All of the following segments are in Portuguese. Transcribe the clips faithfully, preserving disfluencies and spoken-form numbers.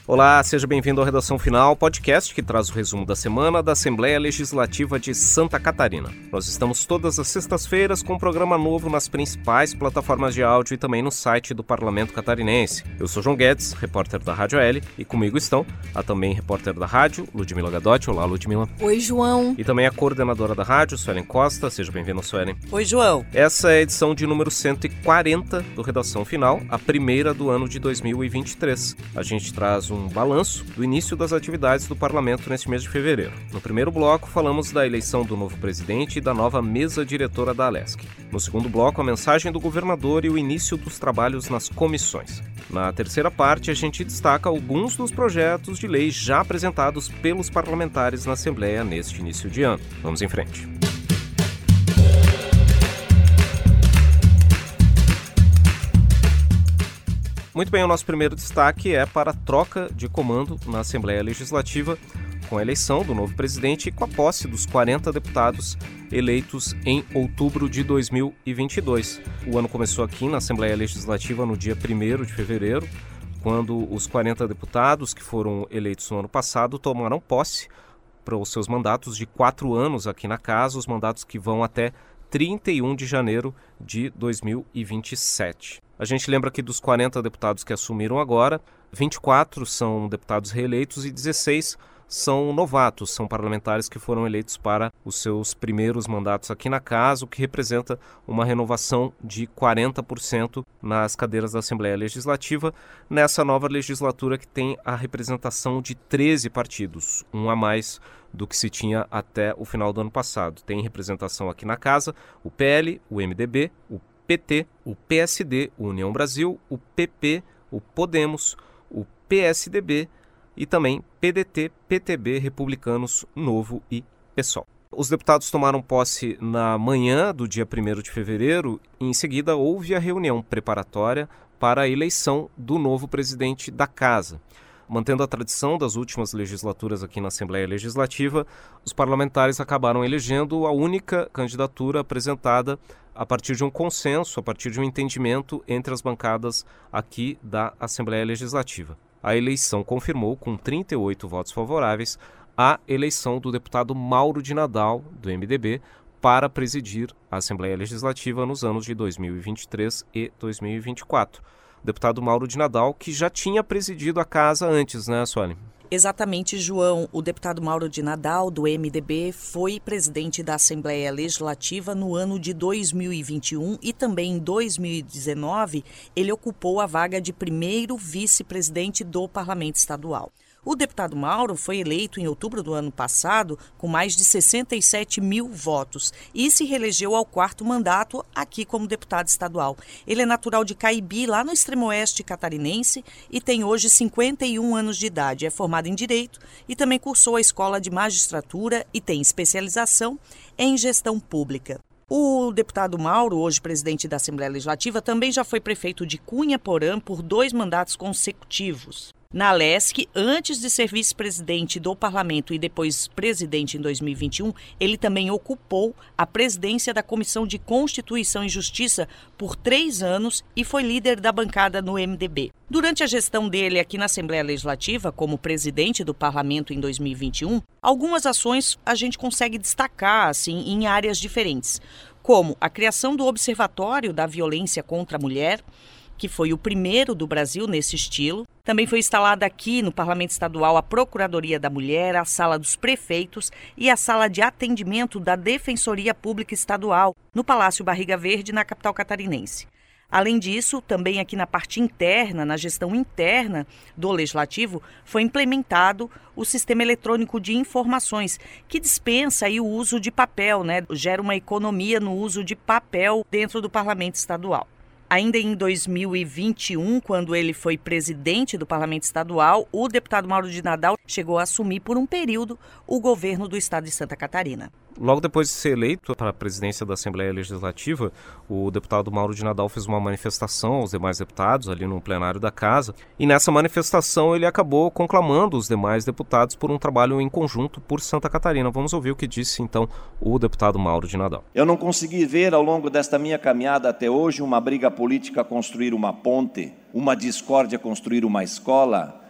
Olá, seja bem-vindo ao Redação Final, podcast que traz o resumo da semana da Assembleia Legislativa de Santa Catarina. Nós estamos todas as sextas-feiras com um programa novo nas principais plataformas de áudio e também no site do Parlamento Catarinense. Eu sou João Guedes, repórter da Rádio L, e comigo estão a também repórter da rádio, Ludmila Gadotti. Olá, Ludmila. Oi, João. E também a coordenadora da rádio, Suelen Costa. Seja bem-vinda, Suelen. Oi, João. Essa é a edição de número cento e quarenta do Redação Final, a primeira do ano de dois mil e vinte e três. A gente traz um um balanço do início das atividades do Parlamento neste mês de fevereiro. No primeiro bloco, falamos da eleição do novo presidente e da nova mesa diretora da Alesc. No segundo bloco, a mensagem do governador e o início dos trabalhos nas comissões. Na terceira parte, a gente destaca alguns dos projetos de lei já apresentados pelos parlamentares na Assembleia neste início de ano. Vamos em frente. Muito bem, o nosso primeiro destaque é para a troca de comando na Assembleia Legislativa, com a eleição do novo presidente e com a posse dos quarenta deputados eleitos em outubro de dois mil e vinte e dois. O ano começou aqui na Assembleia Legislativa no dia primeiro de fevereiro, quando os quarenta deputados que foram eleitos no ano passado tomaram posse para os seus mandatos de quatro anos aqui na Casa, os mandatos que vão até trinta e um de janeiro de dois mil e vinte e sete. A gente lembra que dos quarenta deputados que assumiram agora, vinte e quatro são deputados reeleitos e dezesseis são novatos, são parlamentares que foram eleitos para os seus primeiros mandatos aqui na Casa, o que representa uma renovação de quarenta por cento nas cadeiras da Assembleia Legislativa, nessa nova legislatura que tem a representação de treze partidos, um a mais do que se tinha até o final do ano passado. Tem representação aqui na Casa o P L, o M D B, o P T, o P S D, o União Brasil, o P P, o Podemos, o P S D B e também P D T, P T B, Republicanos, Novo e PSOL. Os deputados tomaram posse na manhã do dia primeiro de fevereiro e em seguida houve a reunião preparatória para a eleição do novo presidente da Casa. Mantendo a tradição das últimas legislaturas aqui na Assembleia Legislativa, os parlamentares acabaram elegendo a única candidatura apresentada a partir de um consenso, a partir de um entendimento entre as bancadas aqui da Assembleia Legislativa. A eleição confirmou, com trinta e oito votos favoráveis, a eleição do deputado Mauro de Nadal, do M D B, para presidir a Assembleia Legislativa nos anos de dois mil e vinte e três e dois mil e vinte e quatro. O deputado Mauro de Nadal, que já tinha presidido a Casa antes, né, Sueli? Exatamente, João. O deputado Mauro de Nadal, do M D B, foi presidente da Assembleia Legislativa no ano de dois mil e vinte e um e também em dois mil e dezenove ele ocupou a vaga de primeiro vice-presidente do Parlamento Estadual. O deputado Mauro foi eleito em outubro do ano passado com mais de sessenta e sete mil votos e se reelegeu ao quarto mandato aqui como deputado estadual. Ele é natural de Caibi, lá no extremo oeste catarinense, e tem hoje cinquenta e um anos de idade. É formado em Direito e também cursou a Escola de Magistratura e tem especialização em Gestão Pública. O deputado Mauro, hoje presidente da Assembleia Legislativa, também já foi prefeito de Cunha Porã por dois mandatos consecutivos. Na Alesc, antes de ser vice-presidente do Parlamento e depois presidente em dois mil e vinte e um, ele também ocupou a presidência da Comissão de Constituição e Justiça por três anos e foi líder da bancada no M D B. Durante a gestão dele aqui na Assembleia Legislativa, como presidente do Parlamento em dois mil e vinte e um, algumas ações a gente consegue destacar assim, em áreas diferentes, como a criação do Observatório da Violência contra a Mulher, que foi o primeiro do Brasil nesse estilo. Também foi instalada aqui no Parlamento Estadual a Procuradoria da Mulher, a Sala dos Prefeitos e a Sala de Atendimento da Defensoria Pública Estadual, no Palácio Barriga Verde, na capital catarinense. Além disso, também aqui na parte interna, na gestão interna do Legislativo, foi implementado o Sistema Eletrônico de Informações, que dispensa aí o uso de papel, né? Gera uma economia no uso de papel dentro do Parlamento Estadual. Ainda em dois mil e vinte e um, quando ele foi presidente do Parlamento Estadual, o deputado Mauro de Nadal chegou a assumir por um período o governo do estado de Santa Catarina. Logo depois de ser eleito para a presidência da Assembleia Legislativa, o deputado Mauro de Nadal fez uma manifestação aos demais deputados ali no plenário da Casa, e nessa manifestação ele acabou conclamando os demais deputados por um trabalho em conjunto por Santa Catarina. Vamos ouvir o que disse então o deputado Mauro de Nadal. Eu não consegui ver ao longo desta minha caminhada até hoje uma briga política construir uma ponte, uma discórdia construir uma escola,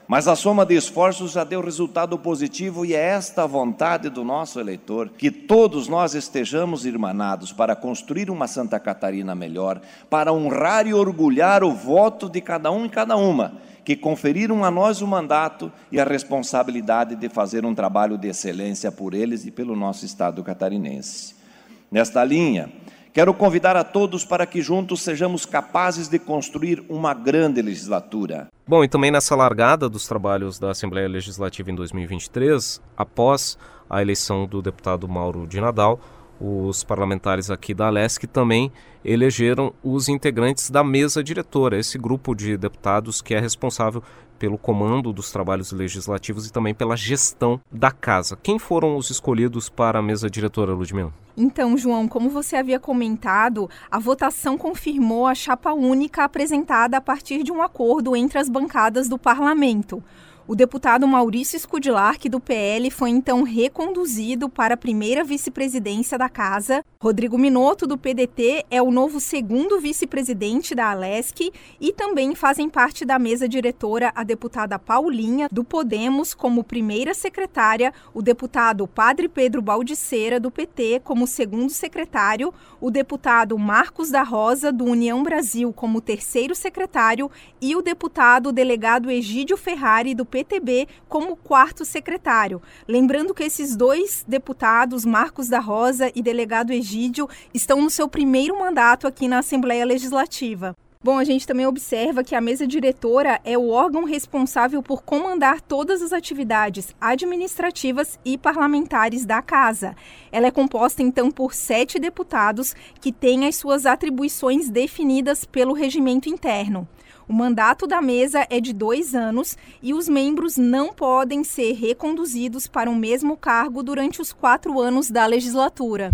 Mas a soma de esforços já deu resultado positivo e é esta a vontade do nosso eleitor, que todos nós estejamos irmanados para construir uma Santa Catarina melhor, para honrar e orgulhar o voto de cada um e cada uma, que conferiram a nós o mandato e a responsabilidade de fazer um trabalho de excelência por eles e pelo nosso Estado catarinense. Nesta linha, quero convidar a todos para que juntos sejamos capazes de construir uma grande legislatura. Bom, e também nessa largada dos trabalhos da Assembleia Legislativa em dois mil e vinte e três, após a eleição do deputado Mauro de Nadal, os parlamentares aqui da Alesc também elegeram os integrantes da mesa diretora, esse grupo de deputados que é responsável pelo comando dos trabalhos legislativos e também pela gestão da casa. Quem foram os escolhidos para a mesa diretora, Ludmila? Então, João, como você havia comentado, a votação confirmou a chapa única apresentada a partir de um acordo entre as bancadas do parlamento. O deputado Maurício Scudlark, do P L, foi então reconduzido para a primeira vice-presidência da Casa. Rodrigo Minotto, do P D T, é o novo segundo vice-presidente da Alesc e também fazem parte da mesa diretora a deputada Paulinha, do Podemos, como primeira secretária, o deputado Padre Pedro Baldiceira, do P T, como segundo secretário, o deputado Marcos da Rosa, do União Brasil, como terceiro secretário e o deputado delegado Egídio Ferrari, do P T B, como quarto secretário. Lembrando que esses dois deputados, Marcos da Rosa e delegado Egídio, estão no seu primeiro mandato aqui na Assembleia Legislativa. Bom, a gente também observa que a mesa diretora é o órgão responsável por comandar todas as atividades administrativas e parlamentares da Casa. Ela é composta, então, por sete deputados que têm as suas atribuições definidas pelo regimento interno. O mandato da mesa é de dois anos e os membros não podem ser reconduzidos para o mesmo cargo durante os quatro anos da legislatura.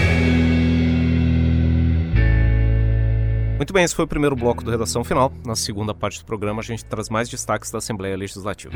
Muito bem, esse foi o primeiro bloco do Redação Final. Na segunda parte do programa, a gente traz mais destaques da Assembleia Legislativa.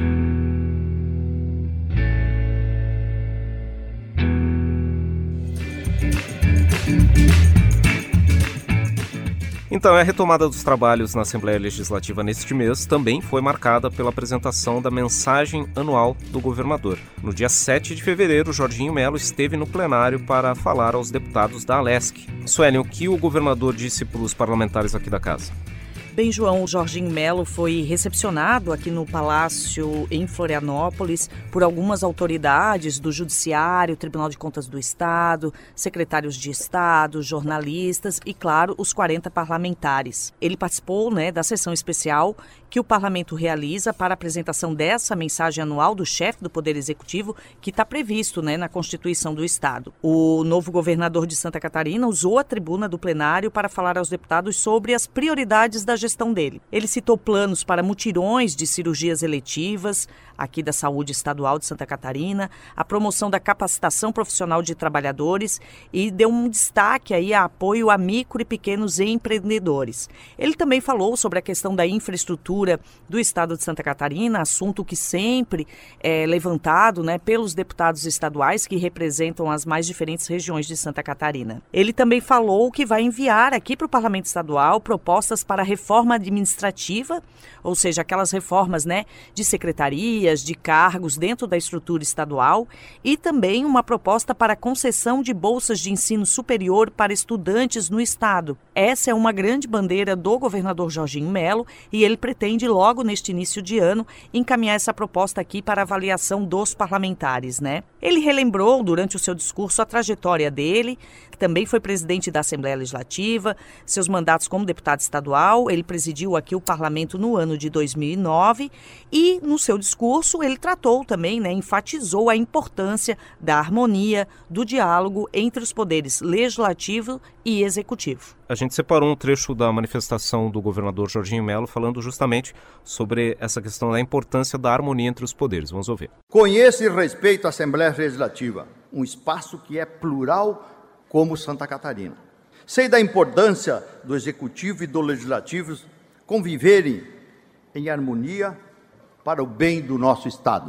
Então, a retomada dos trabalhos na Assembleia Legislativa neste mês também foi marcada pela apresentação da mensagem anual do governador. No dia sete de fevereiro, Jorginho Melo esteve no plenário para falar aos deputados da Alesc. Suelen, o que o governador disse para os parlamentares aqui da casa? Bem, João, o Jorginho Melo foi recepcionado aqui no Palácio em Florianópolis por algumas autoridades do Judiciário, Tribunal de Contas do Estado, secretários de Estado, jornalistas e, claro, os quarenta parlamentares. Ele participou, né, da sessão especial que o parlamento realiza para a apresentação dessa mensagem anual do chefe do Poder Executivo, que está previsto, né, na Constituição do Estado. O novo governador de Santa Catarina usou a tribuna do plenário para falar aos deputados sobre as prioridades da gestão dele. Ele citou planos para mutirões de cirurgias eletivas aqui da Saúde Estadual de Santa Catarina, a promoção da capacitação profissional de trabalhadores e deu um destaque aí a apoio a micro e pequenos empreendedores. Ele também falou sobre a questão da infraestrutura do Estado de Santa Catarina, assunto que sempre é levantado, né, pelos deputados estaduais que representam as mais diferentes regiões de Santa Catarina. Ele também falou que vai enviar aqui para o Parlamento Estadual propostas para reforma administrativa, ou seja, aquelas reformas, né, de secretarias, de cargos dentro da estrutura estadual e também uma proposta para concessão de bolsas de ensino superior para estudantes no estado. Essa é uma grande bandeira do governador Jorginho Melo e ele pretende logo neste início de ano encaminhar essa proposta aqui para avaliação dos parlamentares, né? Ele relembrou durante o seu discurso a trajetória dele, que também foi presidente da Assembleia Legislativa, seus mandatos como deputado estadual, ele presidiu aqui o parlamento no ano de dois mil e nove e no seu discurso ele tratou também, né, enfatizou a importância da harmonia, do diálogo entre os poderes legislativo e executivo. A gente separou um trecho da manifestação do governador Jorginho Melo falando justamente sobre essa questão da importância da harmonia entre os poderes. Vamos ouvir. Conheço e respeito a Assembleia Legislativa, um espaço que é plural como Santa Catarina. Sei da importância do executivo e do legislativo conviverem em harmonia para o bem do nosso Estado.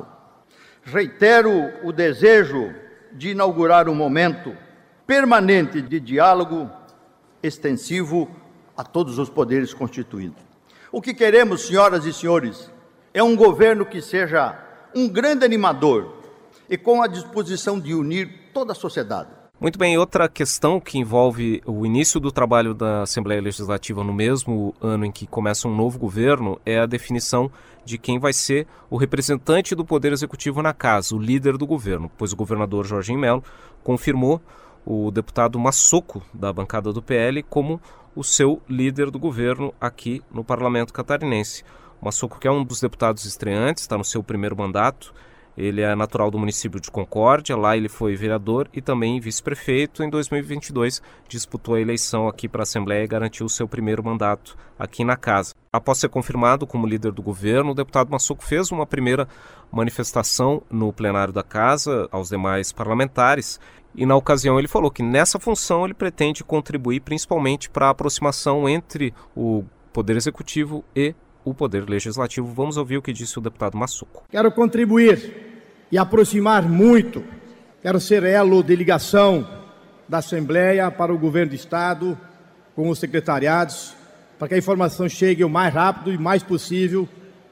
Reitero o desejo de inaugurar um momento permanente de diálogo extensivo a todos os poderes constituídos. O que queremos, senhoras e senhores, É um governo que seja um grande animador e com a disposição de unir toda a sociedade. Muito bem, outra questão que envolve o início do trabalho da Assembleia Legislativa no mesmo ano em que começa um novo governo é a definição de quem vai ser o representante do Poder Executivo na casa, o líder do governo, pois o governador Jorginho Melo confirmou o deputado Massoco, da bancada do P L, como o seu líder do governo aqui no Parlamento Catarinense. O Massoco, que é um dos deputados estreantes, está no seu primeiro mandato. Ele é natural do município de Concórdia, lá ele foi vereador e também vice-prefeito. Em dois mil e vinte e dois disputou a eleição aqui para a Assembleia e garantiu o seu primeiro mandato aqui na casa. Após ser confirmado como líder do governo, o deputado Massoco fez uma primeira manifestação no plenário da casa aos demais parlamentares e na ocasião ele falou que nessa função ele pretende contribuir principalmente para a aproximação entre o Poder Executivo e o Poder Legislativo. Vamos ouvir o que disse o deputado Massoco. Quero contribuir e aproximar muito, quero ser elo de ligação da Assembleia para o Governo do Estado, com os secretariados, para que a informação chegue o mais rápido e mais possível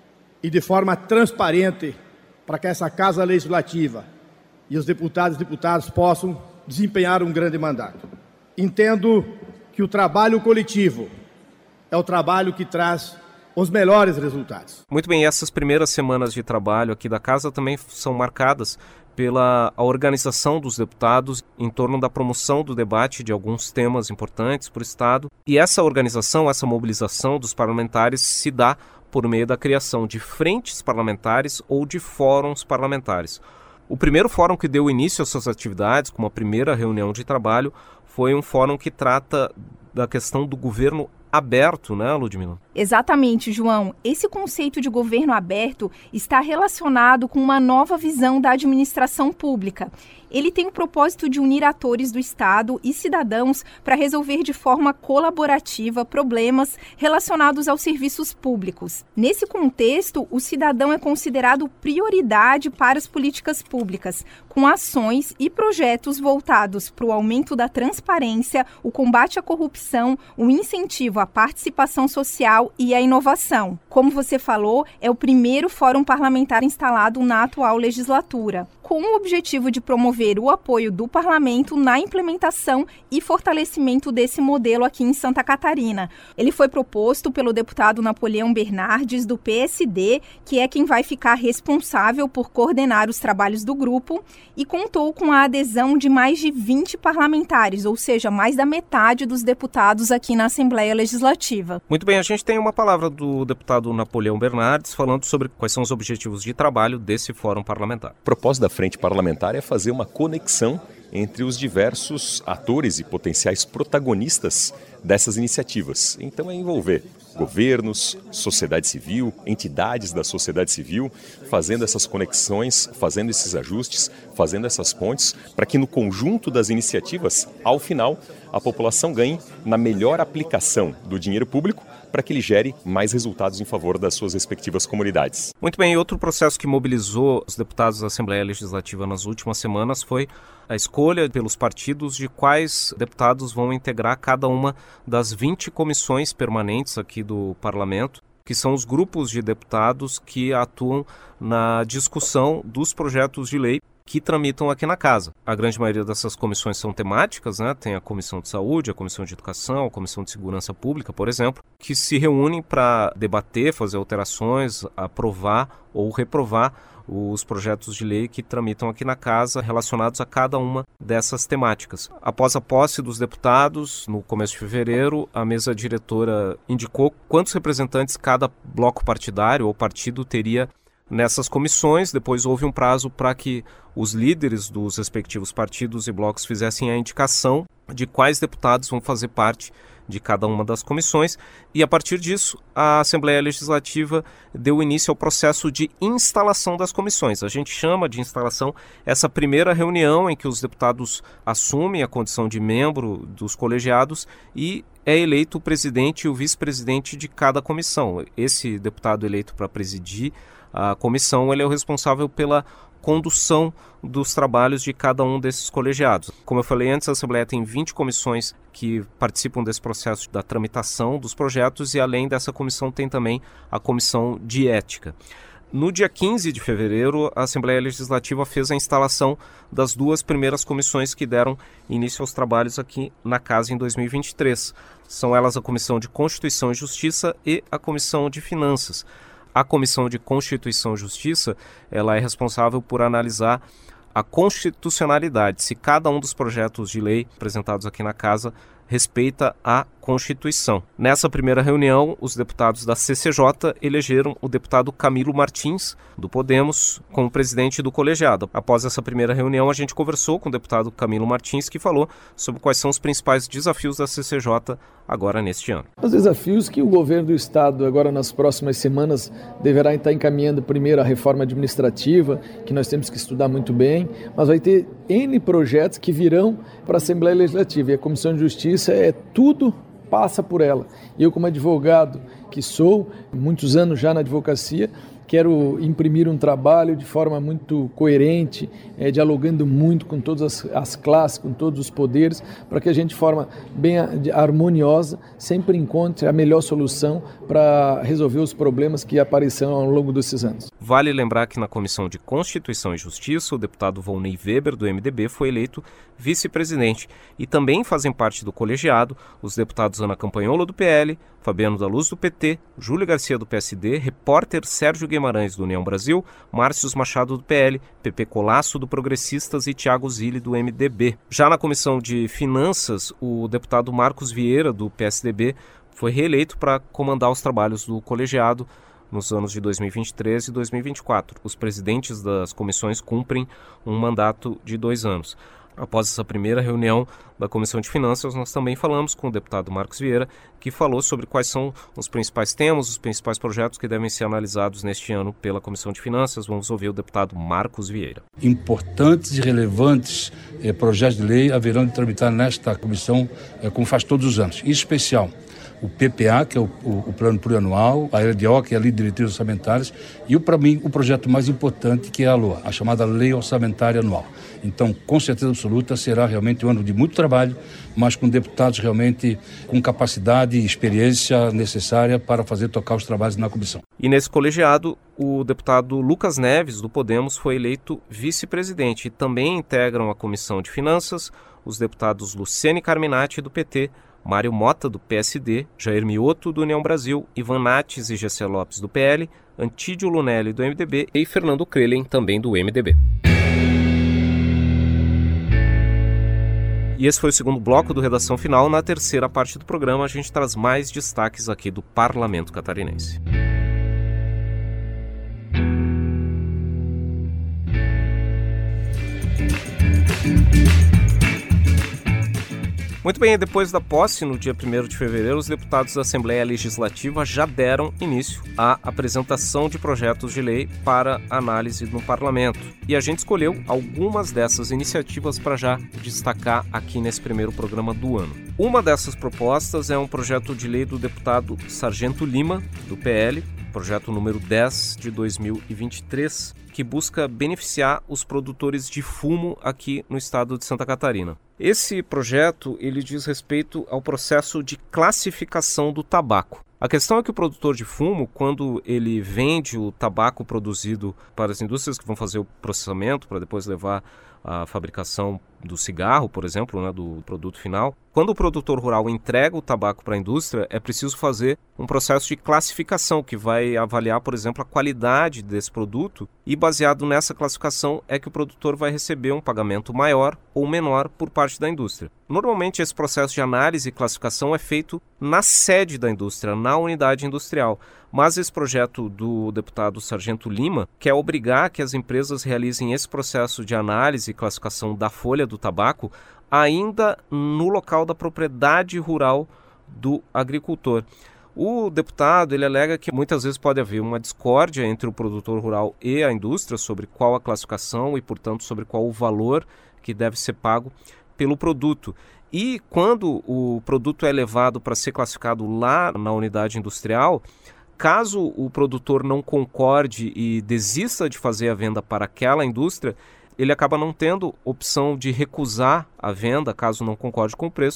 e de forma transparente, para que essa Casa Legislativa e os deputados e deputadas possam desempenhar um grande mandato. Entendo que o trabalho coletivo é o trabalho que traz os melhores resultados. Muito bem, essas primeiras semanas de trabalho aqui da casa também são marcadas pela organização dos deputados em torno da promoção do debate de alguns temas importantes para o Estado. E essa organização, essa mobilização dos parlamentares se dá por meio da criação de frentes parlamentares ou de fóruns parlamentares. O primeiro fórum que deu início às suas atividades, com uma primeira reunião de trabalho, foi um fórum que trata da questão do governo aberto, né, Ludmila? Exatamente, João. Esse conceito de governo aberto está relacionado com uma nova visão da administração pública. Ele tem o propósito de unir atores do Estado e cidadãos para resolver de forma colaborativa problemas relacionados aos serviços públicos. Nesse contexto, o cidadão é considerado prioridade para as políticas públicas, com ações e projetos voltados para o aumento da transparência, o combate à corrupção, o incentivo à participação social e à inovação. Como você falou, é o primeiro fórum parlamentar instalado na atual legislatura, com o objetivo de promover o apoio do parlamento na implementação e fortalecimento desse modelo aqui em Santa Catarina. Ele foi proposto pelo deputado Napoleão Bernardes, do P S D, que é quem vai ficar responsável por coordenar os trabalhos do grupo, e contou com a adesão de mais de vinte parlamentares, ou seja, mais da metade dos deputados aqui na Assembleia Legislativa. Muito bem, a gente tem uma palavra do deputado Napoleão Bernardes falando sobre quais são os objetivos de trabalho desse fórum parlamentar. O propósito da Frente Parlamentar é fazer uma conexão entre os diversos atores e potenciais protagonistas dessas iniciativas. Então é envolver governos, sociedade civil, entidades da sociedade civil, fazendo essas conexões, fazendo esses ajustes, fazendo essas pontes, para que no conjunto das iniciativas, ao final, a população ganhe na melhor aplicação do dinheiro público, para que ele gere mais resultados em favor das suas respectivas comunidades. Muito bem, outro processo que mobilizou os deputados da Assembleia Legislativa nas últimas semanas foi a escolha pelos partidos de quais deputados vão integrar cada uma das vinte comissões permanentes aqui do Parlamento, que são os grupos de deputados que atuam na discussão dos projetos de lei que tramitam aqui na casa. A grande maioria dessas comissões são temáticas, né? Tem a Comissão de Saúde, a Comissão de Educação, a Comissão de Segurança Pública, por exemplo, que se reúnem para debater, fazer alterações, aprovar ou reprovar os projetos de lei que tramitam aqui na casa relacionados a cada uma dessas temáticas. Após a posse dos deputados, no começo de fevereiro, a mesa diretora indicou quantos representantes cada bloco partidário ou partido teria nessas comissões. Depois houve um prazo para que os líderes dos respectivos partidos e blocos fizessem a indicação de quais deputados vão fazer parte de cada uma das comissões, e a partir disso a Assembleia Legislativa deu início ao processo de instalação das comissões. A gente chama de instalação essa primeira reunião em que os deputados assumem a condição de membro dos colegiados e é eleito o presidente e o vice-presidente de cada comissão. Esse deputado eleito para presidir a comissão, ele é o responsável pela condução dos trabalhos de cada um desses colegiados. Como eu falei antes, a Assembleia tem vinte comissões que participam desse processo da tramitação dos projetos e além dessa comissão tem também a Comissão de Ética. No dia quinze de fevereiro, a Assembleia Legislativa fez a instalação das duas primeiras comissões que deram início aos trabalhos aqui na Casa em dois mil e vinte e três. São elas a Comissão de Constituição e Justiça e a Comissão de Finanças. A Comissão de Constituição e Justiça, ela é responsável por analisar a constitucionalidade, se cada um dos projetos de lei apresentados aqui na Casa respeita a Constituição. Nessa primeira reunião, os deputados da C C J elegeram o deputado Camilo Martins, do Podemos, como presidente do colegiado. Após essa primeira reunião, a gente conversou com o deputado Camilo Martins, que falou sobre quais são os principais desafios da C C J agora neste ano. Os desafios que o governo do Estado, agora nas próximas semanas, deverá estar encaminhando primeiro a reforma administrativa, que nós temos que estudar muito bem, mas vai ter N projetos que virão para a Assembleia Legislativa, e a Comissão de Justiça é tudo passa por ela. E eu, como advogado que sou, muitos anos já na advocacia, quero imprimir um trabalho de forma muito coerente, é, dialogando muito com todas as, as classes, com todos os poderes, para que a gente, de forma bem harmoniosa, sempre encontre a melhor solução para resolver os problemas que apareceram ao longo desses anos. Vale lembrar que na Comissão de Constituição e Justiça, o deputado Volney Weber, do M D B, foi eleito vice-presidente. E também fazem parte do colegiado os deputados Ana Campanhola, do P L, Fabiano da Luz, do P T, Júlio Garcia, do P S D, repórter Sérgio Guimarães, do União Brasil, Márcios Machado, do P L, Pepe Colasso, do Progressistas e Thiago Zilli, do M D B. Já na Comissão de Finanças, o deputado Marcos Vieira, do P S D B, foi reeleito para comandar os trabalhos do colegiado nos anos de dois mil e vinte e três e dois mil e vinte e quatro. Os presidentes das comissões cumprem um mandato de dois anos. Após essa primeira reunião da Comissão de Finanças, nós também falamos com o deputado Marcos Vieira, que falou sobre quais são os principais temas, os principais projetos que devem ser analisados neste ano pela Comissão de Finanças. Vamos ouvir o deputado Marcos Vieira. Importantes e relevantes eh, projetos de lei haverão de tramitar nesta comissão, eh, como faz todos os anos, em especial o P P A, que é o, o, o Plano Plurianual, a L D O, que é a Lei de Diretrizes Orçamentárias, e, para mim, o projeto mais importante, que é a L O A, a chamada Lei Orçamentária Anual. Então, com certeza absoluta, será realmente um ano de muito trabalho, mas com deputados realmente com capacidade e experiência necessária para fazer tocar os trabalhos na comissão. E nesse colegiado, o deputado Lucas Neves, do Podemos, foi eleito vice-presidente. E também integram a Comissão de Finanças os deputados Luciane Carminati, do P T, Mário Mota, do P S D, Jair Mioto, do União Brasil, Ivan Nates e Gessé Lopes, do P L, Antídio Lunelli, do M D B e Fernando Krelen, também do M D B. E esse foi o segundo bloco do Redação Final. Na terceira parte do programa, a gente traz mais destaques aqui do Parlamento Catarinense. Muito bem, depois da posse, no dia primeiro de fevereiro, os deputados da Assembleia Legislativa já deram início à apresentação de projetos de lei para análise no Parlamento. E a gente escolheu algumas dessas iniciativas para já destacar aqui nesse primeiro programa do ano. Uma dessas propostas é um projeto de lei do deputado Sargento Lima, do P L, projeto número dez de dois mil e vinte e três, que busca beneficiar os produtores de fumo aqui no estado de Santa Catarina. Esse projeto ele diz respeito ao processo de classificação do tabaco. A questão é que o produtor de fumo, quando ele vende o tabaco produzido para as indústrias que vão fazer o processamento para depois levar à fabricação do cigarro, por exemplo, né, do produto final, quando o produtor rural entrega o tabaco para a indústria, é preciso fazer um processo de classificação que vai avaliar, por exemplo, a qualidade desse produto e, baseado nessa classificação, é que o produtor vai receber um pagamento maior ou menor por parte da indústria. Normalmente, esse processo de análise e classificação é feito na sede da indústria, na unidade industrial. Mas esse projeto do deputado Sargento Lima quer obrigar que as empresas realizem esse processo de análise e classificação da folha do tabaco ainda no local da propriedade rural do agricultor. O deputado ele alega que muitas vezes pode haver uma discórdia entre o produtor rural e a indústria sobre qual a classificação e, portanto, sobre qual o valor que deve ser pago pelo produto. E quando o produto é levado para ser classificado lá na unidade industrial, caso o produtor não concorde e desista de fazer a venda para aquela indústria, ele acaba não tendo opção de recusar a venda, caso não concorde com o preço,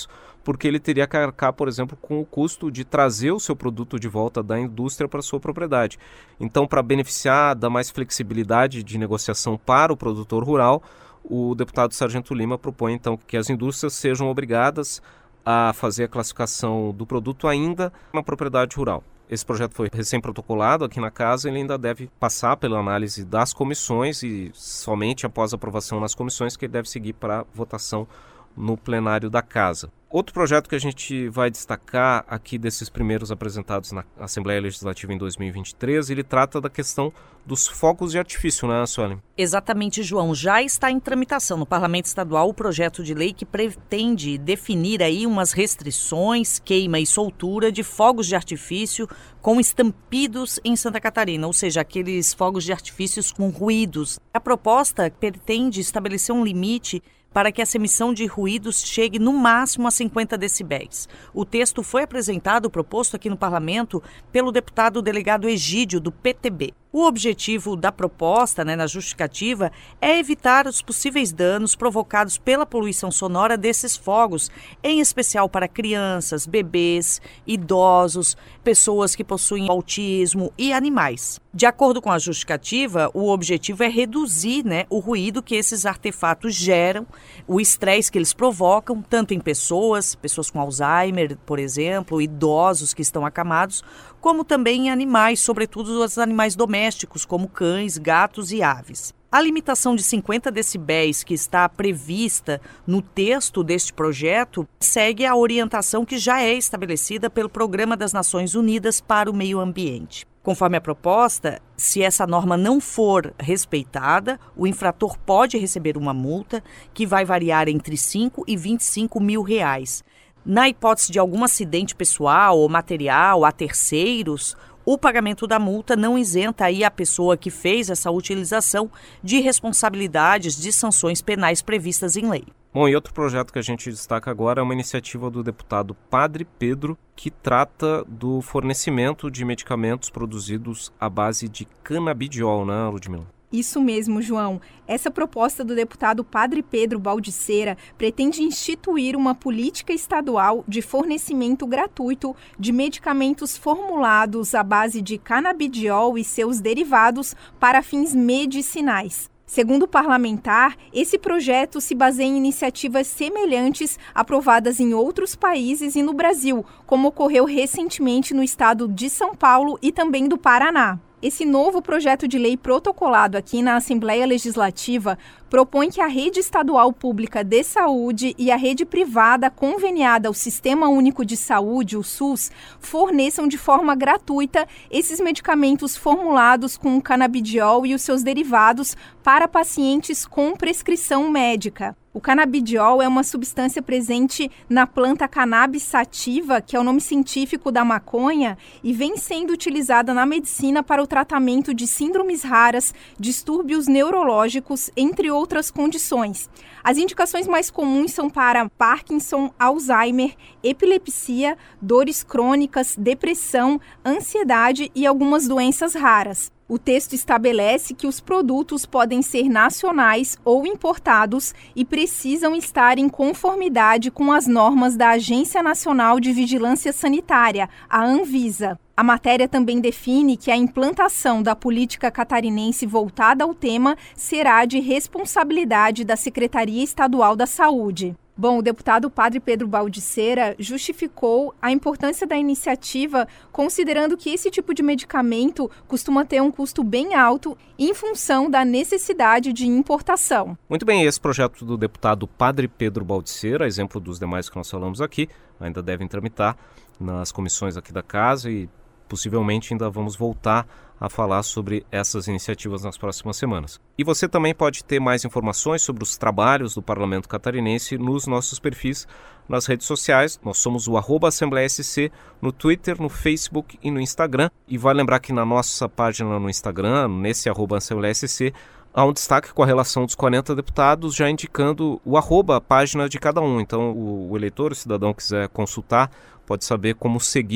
porque ele teria que arcar, por exemplo, com o custo de trazer o seu produto de volta da indústria para a sua propriedade. Então, para beneficiar, dar mais flexibilidade de negociação para o produtor rural, o deputado Sargento Lima propõe, então, que as indústrias sejam obrigadas a fazer a classificação do produto ainda na propriedade rural. Esse projeto foi recém-protocolado aqui na Casa, ele ainda deve passar pela análise das comissões e somente após a aprovação nas comissões que ele deve seguir para votação no plenário da Casa. Outro projeto que a gente vai destacar aqui desses primeiros apresentados na Assembleia Legislativa em dois mil e vinte e três, ele trata da questão dos fogos de artifício, né, Suelen? Exatamente, João. Já está em tramitação no Parlamento Estadual o projeto de lei que pretende definir aí umas restrições, queima e soltura de fogos de artifício com estampidos em Santa Catarina, ou seja, aqueles fogos de artifícios com ruídos. A proposta pretende estabelecer um limite para que essa emissão de ruídos chegue no máximo a cinquenta decibéis. O texto foi apresentado, proposto aqui no Parlamento, pelo deputado delegado Egídio, do P T B. O objetivo da proposta, né, na justificativa, é evitar os possíveis danos provocados pela poluição sonora desses fogos, em especial para crianças, bebês, idosos, pessoas que possuem autismo e animais. De acordo com a justificativa, o objetivo é reduzir, né, o ruído que esses artefatos geram, o estresse que eles provocam, tanto em pessoas, pessoas com Alzheimer, por exemplo, idosos que estão acamados, como também em animais, sobretudo os animais domésticos, como cães, gatos e aves. A limitação de cinquenta decibéis que está prevista no texto deste projeto segue a orientação que já é estabelecida pelo Programa das Nações Unidas para o Meio Ambiente. Conforme a proposta, se essa norma não for respeitada, o infrator pode receber uma multa que vai variar entre cinco e vinte e cinco mil reais. Na hipótese de algum acidente pessoal ou material a terceiros, o pagamento da multa não isenta aí a pessoa que fez essa utilização de responsabilidades de sanções penais previstas em lei. Bom, e outro projeto que a gente destaca agora é uma iniciativa do deputado Padre Pedro, que trata do fornecimento de medicamentos produzidos à base de canabidiol, né, Ludmila? Isso mesmo, João. Essa proposta do deputado Padre Pedro Baldiceira pretende instituir uma política estadual de fornecimento gratuito de medicamentos formulados à base de canabidiol e seus derivados para fins medicinais. Segundo o parlamentar, esse projeto se baseia em iniciativas semelhantes aprovadas em outros países e no Brasil, como ocorreu recentemente no estado de São Paulo e também do Paraná. Esse novo projeto de lei protocolado aqui na Assembleia Legislativa propõe que a rede estadual pública de saúde e a rede privada conveniada ao Sistema Único de Saúde, o SUS, forneçam de forma gratuita esses medicamentos formulados com canabidiol e os seus derivados para pacientes com prescrição médica. O canabidiol é uma substância presente na planta cannabis sativa, que é o nome científico da maconha, e vem sendo utilizada na medicina para o tratamento de síndromes raras, distúrbios neurológicos, entre outras condições. As indicações mais comuns são para Parkinson, Alzheimer, epilepsia, dores crônicas, depressão, ansiedade e algumas doenças raras. O texto estabelece que os produtos podem ser nacionais ou importados e precisam estar em conformidade com as normas da Agência Nacional de Vigilância Sanitária, a Anvisa. A matéria também define que a implantação da política catarinense voltada ao tema será de responsabilidade da Secretaria Estadual da Saúde. Bom, o deputado Padre Pedro Baldiceira justificou a importância da iniciativa, considerando que esse tipo de medicamento costuma ter um custo bem alto em função da necessidade de importação. Muito bem, esse projeto do deputado Padre Pedro Baldiceira, exemplo dos demais que nós falamos aqui, ainda devem tramitar nas comissões aqui da Casa e possivelmente ainda vamos voltar a falar sobre essas iniciativas nas próximas semanas. E você também pode ter mais informações sobre os trabalhos do Parlamento Catarinense nos nossos perfis nas redes sociais. Nós somos o arroba Assembleia S C no Twitter, no Facebook e no Instagram. E vale lembrar que na nossa página no Instagram, nesse arroba Assembleia S C, há um destaque com a relação dos quarenta deputados, já indicando o arroba, a página de cada um. Então o, o eleitor, o cidadão quiser consultar, pode saber como seguir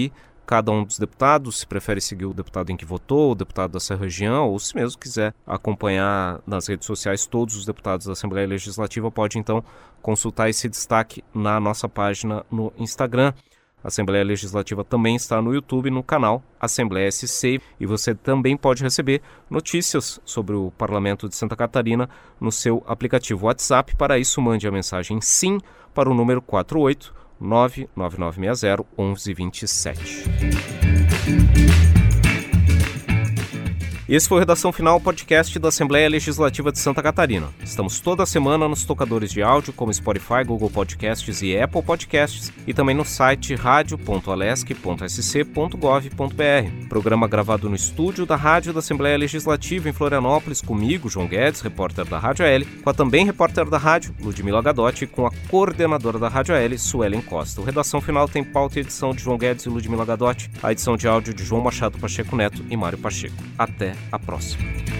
cada um dos deputados, se prefere seguir o deputado em que votou, o deputado dessa região, ou se mesmo quiser acompanhar nas redes sociais todos os deputados da Assembleia Legislativa, pode então consultar esse destaque na nossa página no Instagram. A Assembleia Legislativa também está no YouTube, no canal Assembleia S C, e você também pode receber notícias sobre o Parlamento de Santa Catarina no seu aplicativo WhatsApp. Para isso, mande a mensagem SIM para o número quatro oito nove nove nove seis zero um um dois sete. Esse foi o Redação Final, podcast da Assembleia Legislativa de Santa Catarina. Estamos toda semana nos tocadores de áudio como Spotify, Google Podcasts e Apple Podcasts, e também no site radio ponto alesc ponto s c ponto gov ponto b r. Programa gravado no estúdio da Rádio da Assembleia Legislativa em Florianópolis, comigo, João Guedes, repórter da Rádio A L, com a também repórter da rádio, Ludmila Gadotti, e com a coordenadora da Rádio A L, Suelen Costa. O Redação Final tem pauta e edição de João Guedes e Ludmila Gadotti, a edição de áudio de João Machado Pacheco Neto e Mário Pacheco. Até a próxima.